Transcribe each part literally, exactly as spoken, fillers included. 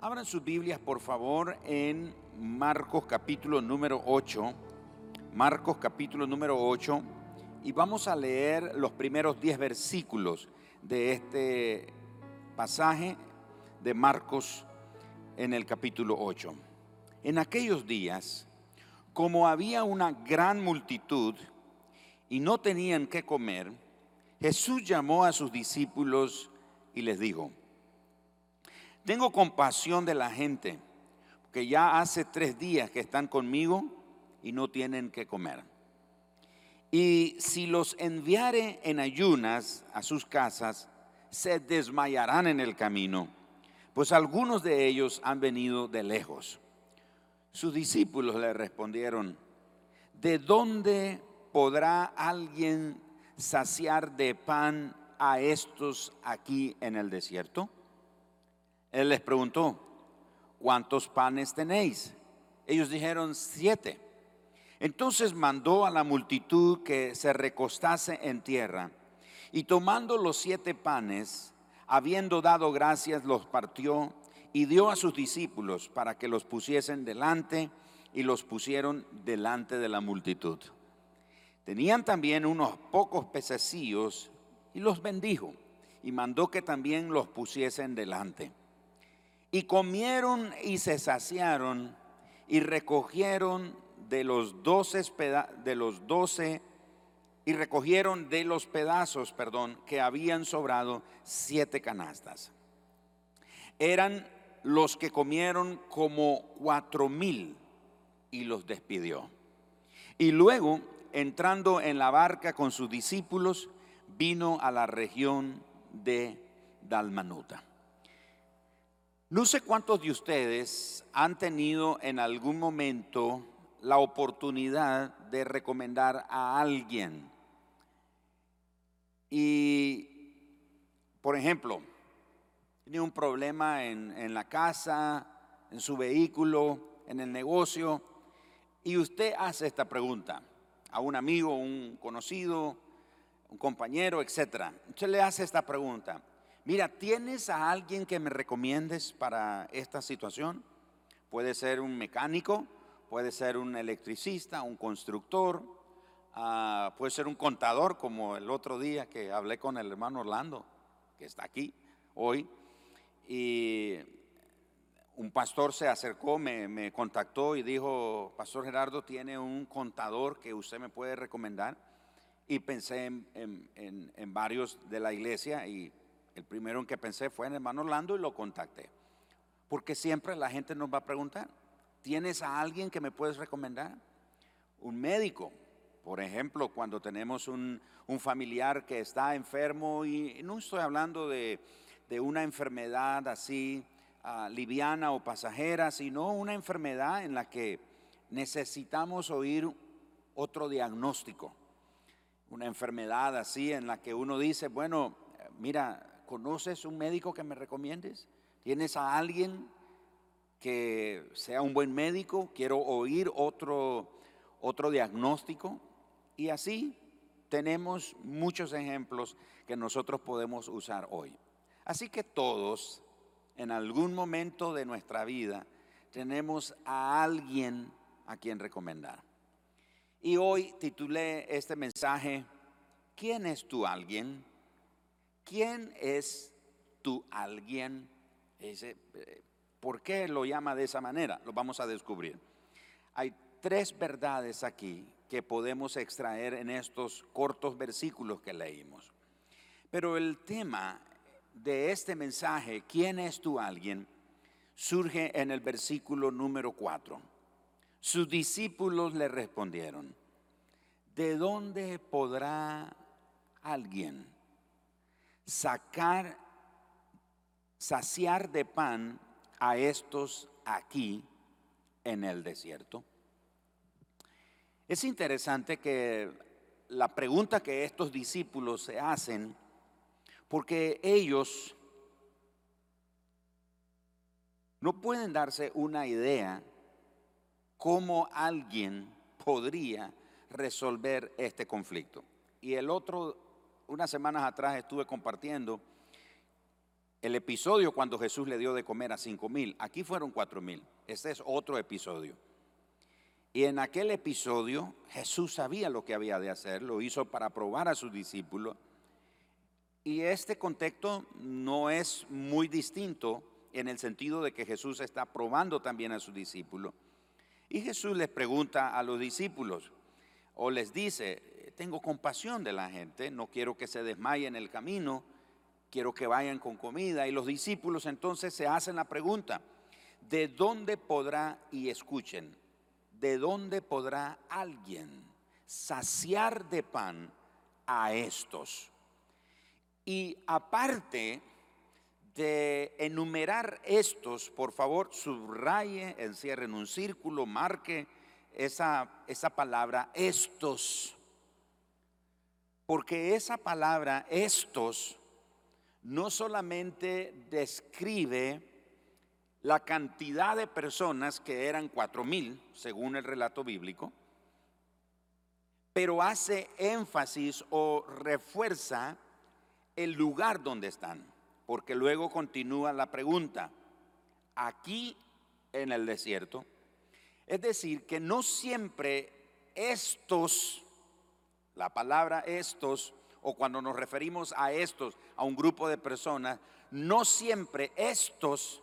Abran sus Biblias, por favor, en Marcos capítulo número ocho. Marcos capítulo número ocho. Y vamos a leer los primeros diez versículos de este pasaje de Marcos en el capítulo ocho. En aquellos días, como había una gran multitud y no tenían qué comer, Jesús llamó a sus discípulos y les dijo: tengo compasión de la gente, porque ya hace tres días que están conmigo y no tienen qué comer. Y si los enviare en ayunas a sus casas, se desmayarán en el camino, pues algunos de ellos han venido de lejos. Sus discípulos le respondieron: ¿de dónde podrá alguien saciar de pan a estos aquí en el desierto? Él les preguntó: ¿cuántos panes tenéis? Ellos dijeron: siete. Entonces mandó a la multitud que se recostase en tierra, y tomando los siete panes, habiendo dado gracias, los partió y dio a sus discípulos para que los pusiesen delante, y los pusieron delante de la multitud. Tenían también unos pocos pececillos y los bendijo, y mandó que también los pusiesen delante. Y comieron y se saciaron, y recogieron de los doce de los doce y recogieron de los pedazos, perdón, que habían sobrado siete canastas. Eran los que comieron como cuatro mil, y los despidió. Y luego, entrando en la barca con sus discípulos, vino a la región de Dalmanuta. No sé cuántos de ustedes han tenido en algún momento la oportunidad de recomendar a alguien. Y, por ejemplo, tiene un problema en, en la casa, en su vehículo, en el negocio, y usted hace esta pregunta a un amigo, un conocido, un compañero, etcétera. Usted le hace esta pregunta: mira, ¿tienes a alguien que me recomiendes para esta situación? Puede ser un mecánico, puede ser un electricista, un constructor, uh, puede ser un contador, como el otro día que hablé con el hermano Orlando, que está aquí hoy, y un pastor se acercó, me, me contactó y dijo: Pastor Gerardo, ¿tiene un contador que usted me puede recomendar? Y pensé en, en, en, en varios de la iglesia, y el primero en que pensé fue en el hermano Orlando, y lo contacté. Porque siempre la gente nos va a preguntar: ¿tienes a alguien que me puedes recomendar? Un médico, por ejemplo, cuando tenemos un, un familiar que está enfermo, y no estoy hablando de, de una enfermedad así uh, liviana o pasajera, sino una enfermedad en la que necesitamos oír otro diagnóstico. Una enfermedad así en la que uno dice: bueno, mira, ¿conoces un médico que me recomiendes? ¿Tienes a alguien que sea un buen médico? Quiero oír otro, otro diagnóstico. Y así tenemos muchos ejemplos que nosotros podemos usar hoy. Así que todos, en algún momento de nuestra vida, tenemos a alguien a quien recomendar. Y hoy titulé este mensaje: ¿quién es tu alguien? ¿Quién es tu alguien? Ese, ¿por qué lo llama de esa manera? Lo vamos a descubrir. Hay tres verdades aquí que podemos extraer en estos cortos versículos que leímos. Pero el tema de este mensaje, ¿quién es tu alguien?, surge en el versículo número cuatro. Sus discípulos le respondieron: ¿de dónde podrá alguien sacar, saciar de pan a estos aquí en el desierto? Es interesante que la pregunta que estos discípulos se hacen, porque ellos no pueden darse una idea cómo alguien podría resolver este conflicto. Y el otro, unas semanas atrás estuve compartiendo el episodio cuando Jesús le dio de comer a cinco mil. Aquí fueron cuatro mil. Este es otro episodio. Y en aquel episodio Jesús sabía lo que había de hacer, lo hizo para probar a sus discípulos. Y este contexto no es muy distinto en el sentido de que Jesús está probando también a sus discípulos. Y Jesús les pregunta a los discípulos, o les dice, tengo compasión de la gente, no quiero que se desmaye en el camino, quiero que vayan con comida. Y los discípulos entonces se hacen la pregunta, ¿de dónde podrá, y escuchen, de dónde podrá alguien saciar de pan a estos? Y aparte de enumerar estos, por favor, subraye, encierre en un círculo, marque esa, esa palabra, estos. Porque esa palabra, estos, no solamente describe la cantidad de personas, que eran cuatro mil, según el relato bíblico, pero hace énfasis o refuerza el lugar donde están, porque luego continúa la pregunta, aquí en el desierto. Es decir, que no siempre estos, la palabra estos, o cuando nos referimos a estos, a un grupo de personas, no siempre estos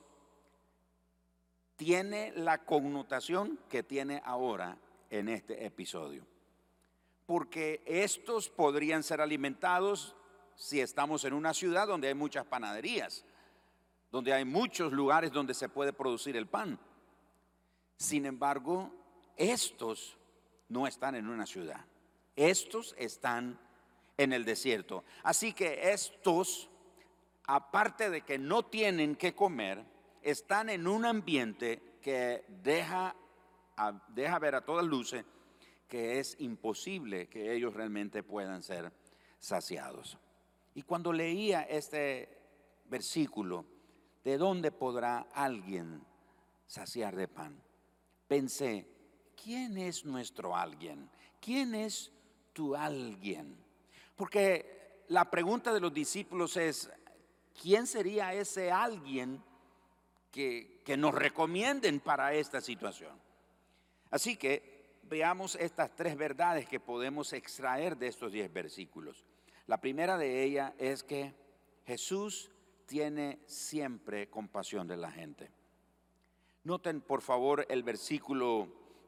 tiene la connotación que tiene ahora en este episodio. Porque estos podrían ser alimentados si estamos en una ciudad donde hay muchas panaderías, donde hay muchos lugares donde se puede producir el pan. Sin embargo, estos no están en una ciudad, estos están en el desierto. Así que estos, aparte de que no tienen que comer, están en un ambiente que deja, deja ver a todas luces que es imposible que ellos realmente puedan ser saciados. Y cuando leía este versículo, ¿de dónde podrá alguien saciar de pan? Pensé, ¿quién es nuestro alguien? ¿Quién es tu alguien? Porque la pregunta de los discípulos es, ¿quién sería ese alguien que, que nos recomienden para esta situación? Así que veamos estas tres verdades que podemos extraer de estos diez versículos. La primera de ellas es que Jesús tiene siempre compasión de la gente. Noten por favor el versículo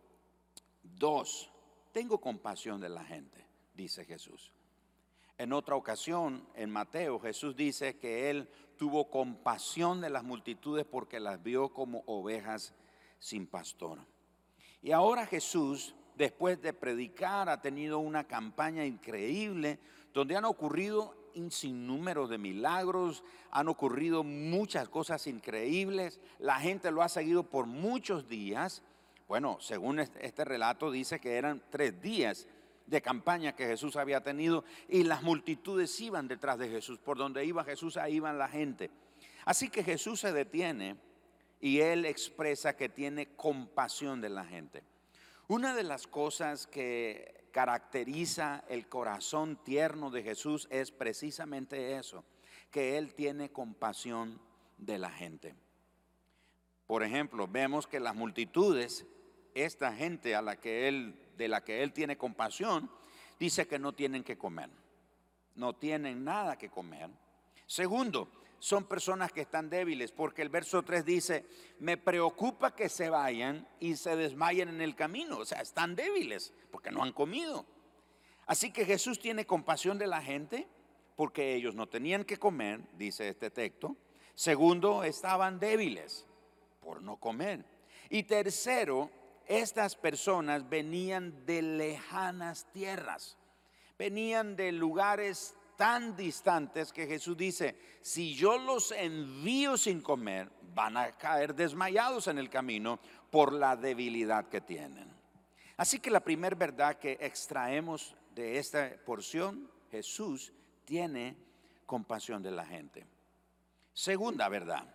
dos. Tengo compasión de la gente, dice Jesús. En otra ocasión, en Mateo, Jesús dice que Él tuvo compasión de las multitudes porque las vio como ovejas sin pastor. Y ahora Jesús, después de predicar, ha tenido una campaña increíble donde han ocurrido un sinnúmero de milagros, han ocurrido muchas cosas increíbles, la gente lo ha seguido por muchos días. Bueno, según este relato dice que eran tres días de campaña que Jesús había tenido y las multitudes iban detrás de Jesús. Por donde iba Jesús, ahí iban la gente. Así que Jesús se detiene y Él expresa que tiene compasión de la gente. Una de las cosas que caracteriza el corazón tierno de Jesús es precisamente eso, que Él tiene compasión de la gente. Por ejemplo, vemos que las multitudes, esta gente a la que él, de la que Él tiene compasión, dice que no tienen que comer, no tienen nada que comer. Segundo, son personas que están débiles, porque el verso tres dice, me preocupa que se vayan y se desmayen en el camino. O sea, están débiles porque no han comido. Así que Jesús tiene compasión de la gente porque ellos no tenían que comer, dice este texto. Segundo, estaban débiles por no comer. Y tercero, estas personas venían de lejanas tierras, venían de lugares tan distantes que Jesús dice, si yo los envío sin comer, van a caer desmayados en el camino por la debilidad que tienen. Así que la primera verdad que extraemos de esta porción, Jesús tiene compasión de la gente. Segunda verdad,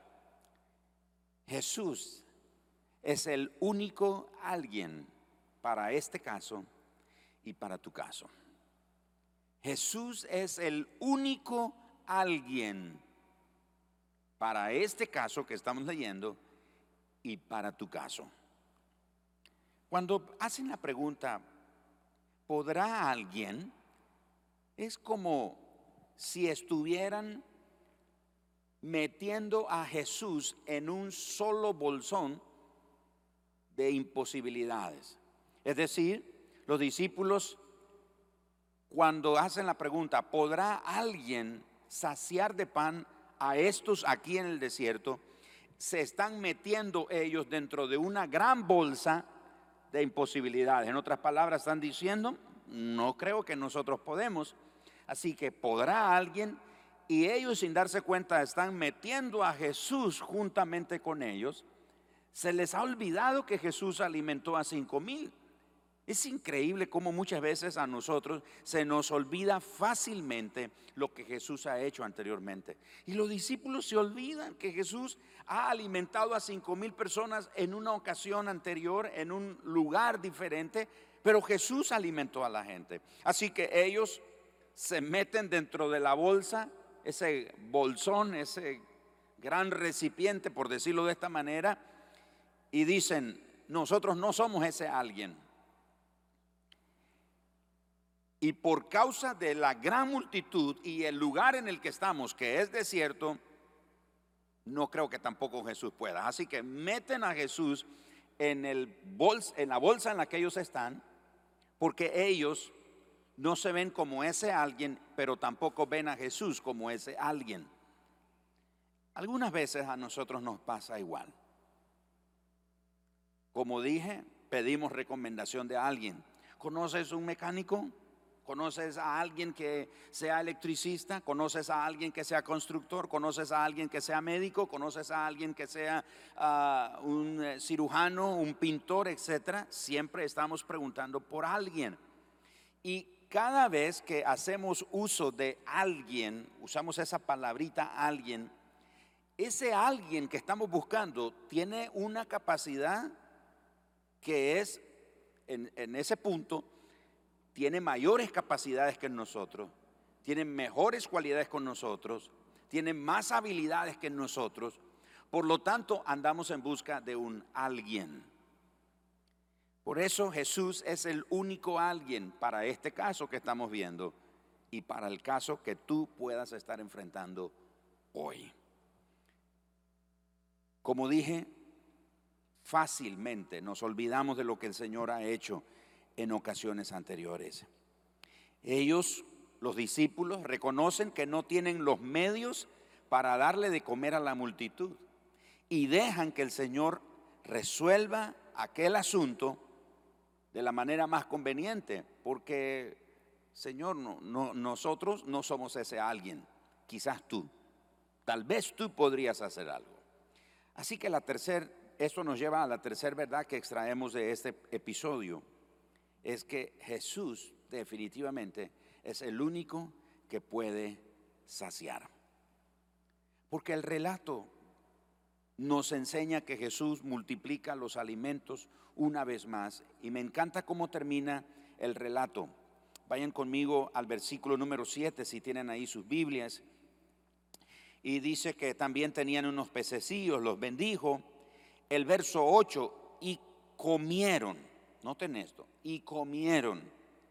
Jesús es el único alguien para este caso y para tu caso. Jesús es el único alguien para este caso que estamos leyendo y para tu caso. Cuando hacen la pregunta, ¿podrá alguien? Es como si estuvieran metiendo a Jesús en un solo bolsón de imposibilidades. Es decir, los discípulos, cuando hacen la pregunta, ¿podrá alguien saciar de pan a estos aquí en el desierto? Se están metiendo ellos dentro de una gran bolsa de imposibilidades. En otras palabras, están diciendo, no creo que nosotros podemos. Así que ¿podrá alguien? Y ellos, sin darse cuenta, están metiendo a Jesús juntamente con ellos. Se les ha olvidado que Jesús alimentó a cinco mil. Es increíble cómo muchas veces a nosotros se nos olvida fácilmente lo que Jesús ha hecho anteriormente. Y los discípulos se olvidan que Jesús ha alimentado a cinco mil personas en una ocasión anterior, en un lugar diferente, pero Jesús alimentó a la gente. Así que ellos se meten dentro de la bolsa, ese bolsón, ese gran recipiente, por decirlo de esta manera, y dicen, nosotros no somos ese alguien. Y por causa de la gran multitud y el lugar en el que estamos, que es desierto, no creo que tampoco Jesús pueda. Así que meten a Jesús en, el bols, en la bolsa en la que ellos están, porque ellos no se ven como ese alguien, pero tampoco ven a Jesús como ese alguien. Algunas veces a nosotros nos pasa igual. Como dije, pedimos recomendación de alguien. ¿Conoces un mecánico? ¿Conoces a alguien que sea electricista? ¿Conoces a alguien que sea constructor? ¿Conoces a alguien que sea médico? ¿Conoces a alguien que sea uh, un cirujano, un pintor, etcétera? Siempre estamos preguntando por alguien. Y cada vez que hacemos uso de alguien, usamos esa palabrita alguien, ese alguien que estamos buscando tiene una capacidad que es, en, en ese punto, tiene mayores capacidades que nosotros, tiene mejores cualidades con nosotros, tiene más habilidades que nosotros. Por lo tanto, andamos en busca de un alguien. Por eso Jesús es el único alguien para este caso que estamos viendo y para el caso que tú puedas estar enfrentando hoy. Como dije, fácilmente nos olvidamos de lo que el Señor ha hecho en ocasiones anteriores. Ellos, los discípulos, reconocen que no tienen los medios para darle de comer a la multitud y dejan que el Señor resuelva aquel asunto de la manera más conveniente, porque Señor, no, no, nosotros no somos ese alguien, quizás tú, tal vez tú podrías hacer algo. Así que la tercer, esto nos lleva a la tercera verdad que extraemos de este episodio, es que Jesús definitivamente es el único que puede saciar. Porque el relato nos enseña que Jesús multiplica los alimentos una vez más. Y me encanta cómo termina el relato. Vayan conmigo al versículo número siete si tienen ahí sus Biblias. Y dice que también tenían unos pececillos, los bendijo. El verso ocho, y comieron, noten esto, y comieron,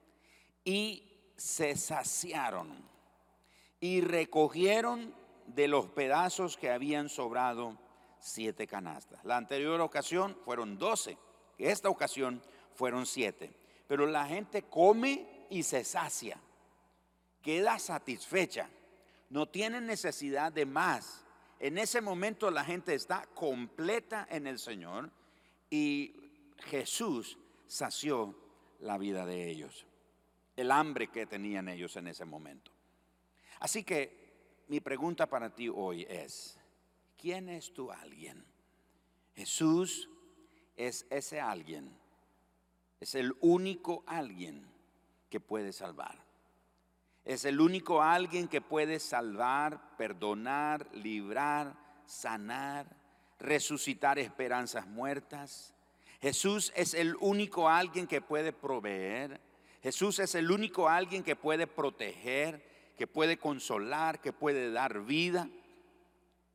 y se saciaron, y recogieron de los pedazos que habían sobrado siete canastas. La anterior ocasión fueron doce, esta ocasión fueron siete. Pero la gente come y se sacia, queda satisfecha, no tiene necesidad de más. En ese momento la gente está completa en el Señor y Jesús sació la vida de ellos, el hambre que tenían ellos en ese momento. Así que mi pregunta para ti hoy es, ¿quién es tu alguien? Jesús es ese alguien, es el único alguien que puede salvar. Es el único alguien que puede salvar, perdonar, librar, sanar, resucitar esperanzas muertas. Jesús es el único alguien que puede proveer. Jesús es el único alguien que puede proteger, que puede consolar, que puede dar vida.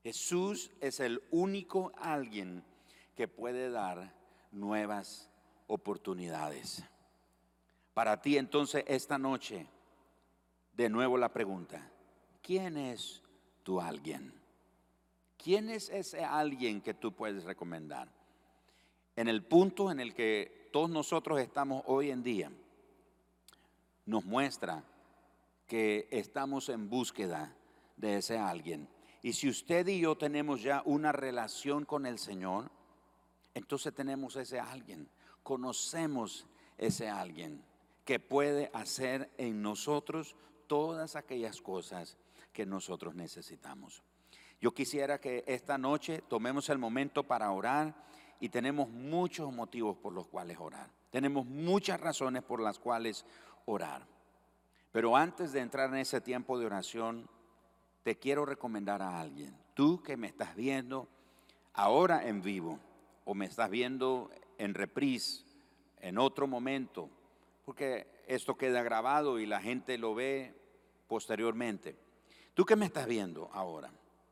Jesús es el único alguien que puede dar nuevas oportunidades. Para ti entonces esta noche, de nuevo la pregunta: ¿quién es tu alguien? ¿Quién es ese alguien que tú puedes recomendar? En el punto en el que todos nosotros estamos hoy en día, nos muestra que estamos en búsqueda de ese alguien. Y si usted y yo tenemos ya una relación con el Señor, entonces tenemos ese alguien, conocemos ese alguien que puede hacer en nosotros todas aquellas cosas que nosotros necesitamos. Yo quisiera que esta noche tomemos el momento para orar, y tenemos muchos motivos por los cuales orar. Tenemos muchas razones por las cuales orar. Pero antes de entrar en ese tiempo de oración, te quiero recomendar a alguien. Tú que me estás viendo ahora en vivo, o me estás viendo en reprise, en otro momento, porque esto queda grabado y la gente lo ve posteriormente. Tú que me estás viendo ahora,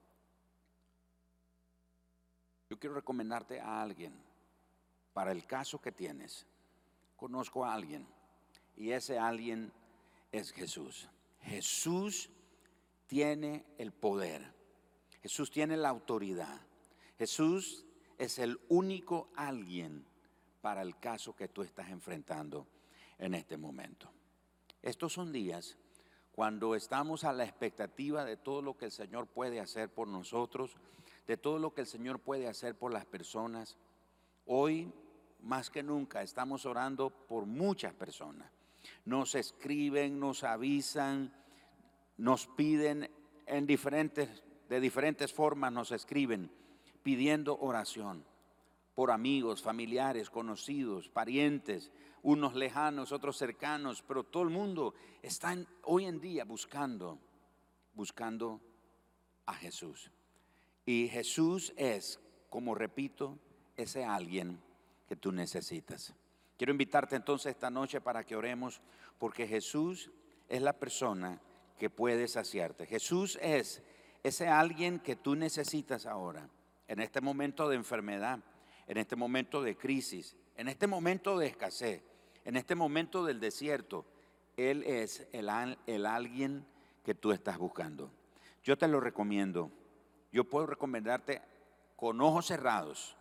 yo quiero recomendarte a alguien para el caso que tienes. Conozco a alguien y ese alguien es Jesús. Jesús tiene el poder. Jesús tiene la autoridad. Jesús es el único alguien para el caso que tú estás enfrentando en este momento. Estos son días cuando estamos a la expectativa de todo lo que el Señor puede hacer por nosotros, de todo lo que el Señor puede hacer por las personas. Hoy, más que nunca, estamos orando por muchas personas. Nos escriben, nos avisan, nos piden en diferentes, de diferentes formas nos escriben pidiendo oración por amigos, familiares, conocidos, parientes, unos lejanos, otros cercanos, pero todo el mundo está en, hoy en día buscando, buscando a Jesús. Y Jesús es, como repito, ese alguien que tú necesitas. Quiero invitarte entonces esta noche para que oremos, porque Jesús es la persona que puede saciarte. Jesús es ese alguien que tú necesitas ahora, en este momento de enfermedad, en este momento de crisis, en este momento de escasez, en este momento del desierto. Él es el, el alguien que tú estás buscando. Yo te lo recomiendo. Yo puedo recomendarte con ojos cerrados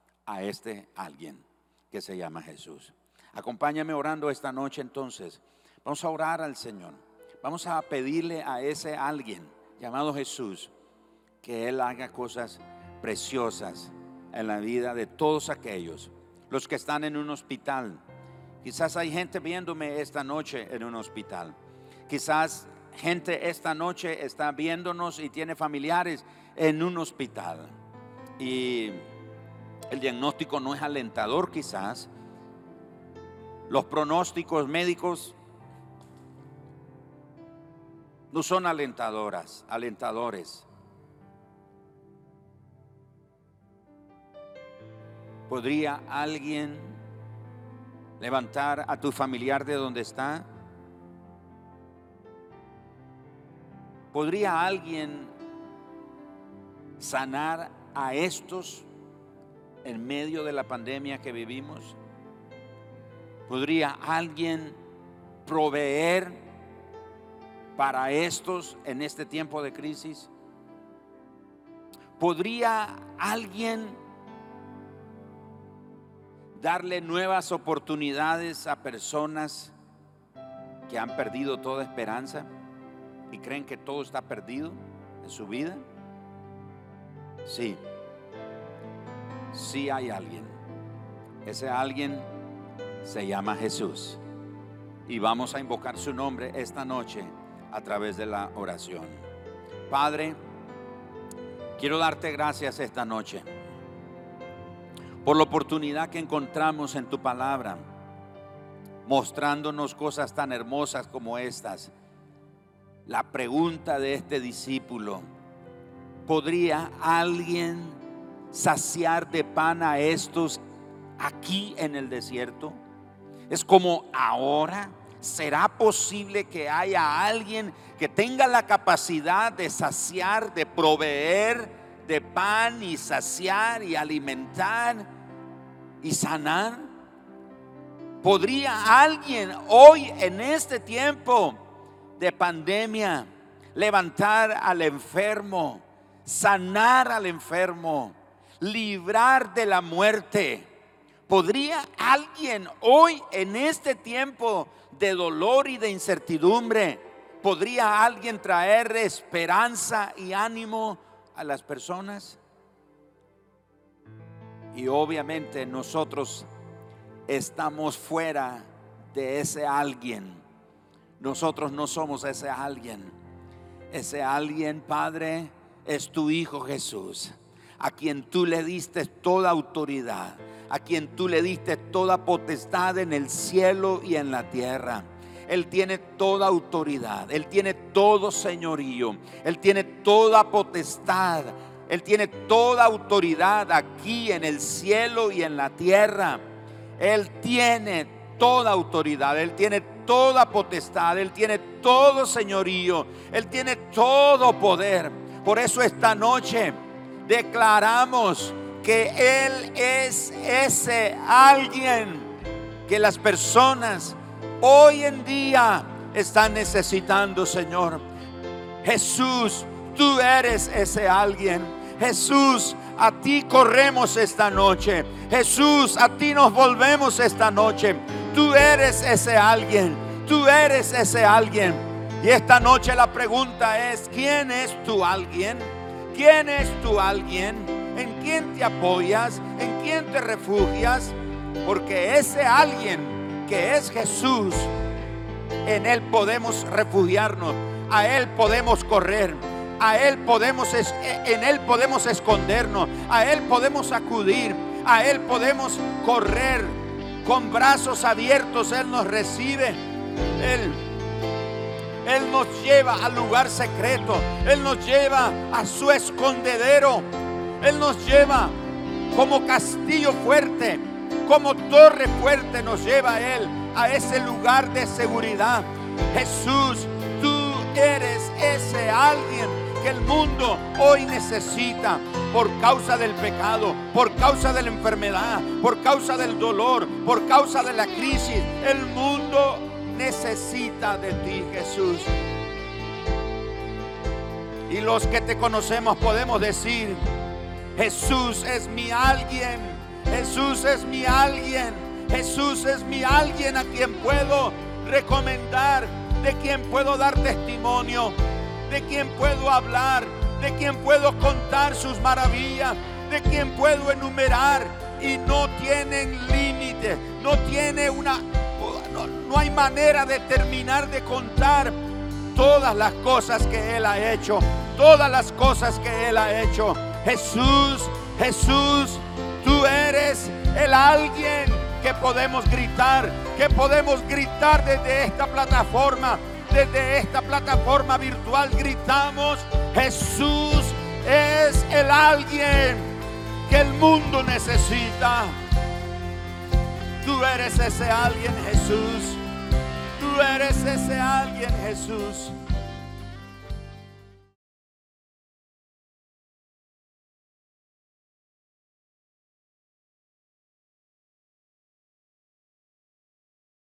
a este alguien que se llama Jesús. Acompáñame orando esta noche entonces. Vamos a orar al Señor. Vamos a pedirle a ese alguien llamado Jesús que Él haga cosas preciosas en la vida de todos aquellos, los que están en un hospital. Quizás hay gente viéndome esta noche en un hospital. Quizás gente esta noche está viéndonos y tiene familiares en un hospital. Y el diagnóstico no es alentador quizás. Los pronósticos médicos no son alentadoras, alentadores. ¿Podría alguien levantar a tu familiar de donde está? ¿Podría alguien sanar a estos en medio de la pandemia que vivimos? ¿Podría alguien proveer para estos en este tiempo de crisis? ¿Podría alguien darle nuevas oportunidades a personas que han perdido toda esperanza y creen que todo está perdido en su vida? Sí, sí hay alguien. Ese alguien se llama Jesús y vamos a invocar su nombre esta noche a través de la oración. Padre, quiero darte gracias esta noche por la oportunidad que encontramos en tu palabra, mostrándonos cosas tan hermosas como estas. La pregunta de este discípulo: ¿podría alguien saciar de pan a estos aquí en el desierto? Es como ahora. ¿Será posible que haya alguien que tenga la capacidad de saciar, de proveer de pan y saciar y alimentar y sanar? ¿Podría alguien hoy en este tiempo de pandemia levantar al enfermo, sanar al enfermo, librar de la muerte? ¿Podría alguien hoy en este tiempo de dolor y de incertidumbre, podría alguien traer esperanza y ánimo a las personas? Y obviamente nosotros estamos fuera de ese alguien. Nosotros no somos ese alguien. Ese alguien, Padre, es tu Hijo Jesús, a quien tú le diste toda autoridad, a quien tú le diste toda potestad en el cielo y en la tierra. Él tiene toda autoridad, Él tiene todo señorío, Él tiene toda potestad, Él tiene toda autoridad aquí en el cielo y en la tierra. Él tiene toda autoridad, Él tiene toda potestad, Él tiene todo señorío, Él tiene todo poder. Por eso esta noche declaramos que Él es ese alguien que las personas hoy en día están necesitando, Señor. Jesús, tú eres ese alguien. Jesús, a ti corremos esta noche. Jesús, a ti nos volvemos esta noche. Tú eres ese alguien. Tú eres ese alguien. Y esta noche la pregunta es: ¿quién es tu alguien? ¿Quién es tu alguien? ¿En quién te apoyas? ¿En quién te refugias? Porque ese alguien que es Jesús, en Él podemos refugiarnos, a Él podemos correr, a Él podemos, en Él podemos escondernos, a Él podemos acudir, a Él podemos correr con brazos abiertos. Él nos recibe, Él, Él nos lleva al lugar secreto, Él nos lleva a su escondedero, Él nos lleva como castillo fuerte, como torre fuerte, nos lleva Él a ese lugar de seguridad. Jesús, tú eres ese alguien que el mundo hoy necesita por causa del pecado, por causa de la enfermedad, por causa del dolor, por causa de la crisis. El mundo necesita de ti, Jesús. Y los que te conocemos podemos decir: Jesús es mi alguien. Jesús es mi alguien. Jesús es mi alguien a quien puedo recomendar, de quien puedo dar testimonio, de quien puedo hablar, de quien puedo contar sus maravillas, de quien puedo enumerar, y no tienen límite, no tiene una, no, no hay manera de terminar de contar todas las cosas que Él ha hecho, todas las cosas que Él ha hecho. Jesús, Jesús, tú eres el alguien que podemos gritar, que podemos gritar desde esta plataforma, desde esta plataforma virtual. Gritamos: Jesús es el alguien que el mundo necesita. Tú eres ese alguien, Jesús. Tú eres ese alguien, Jesús.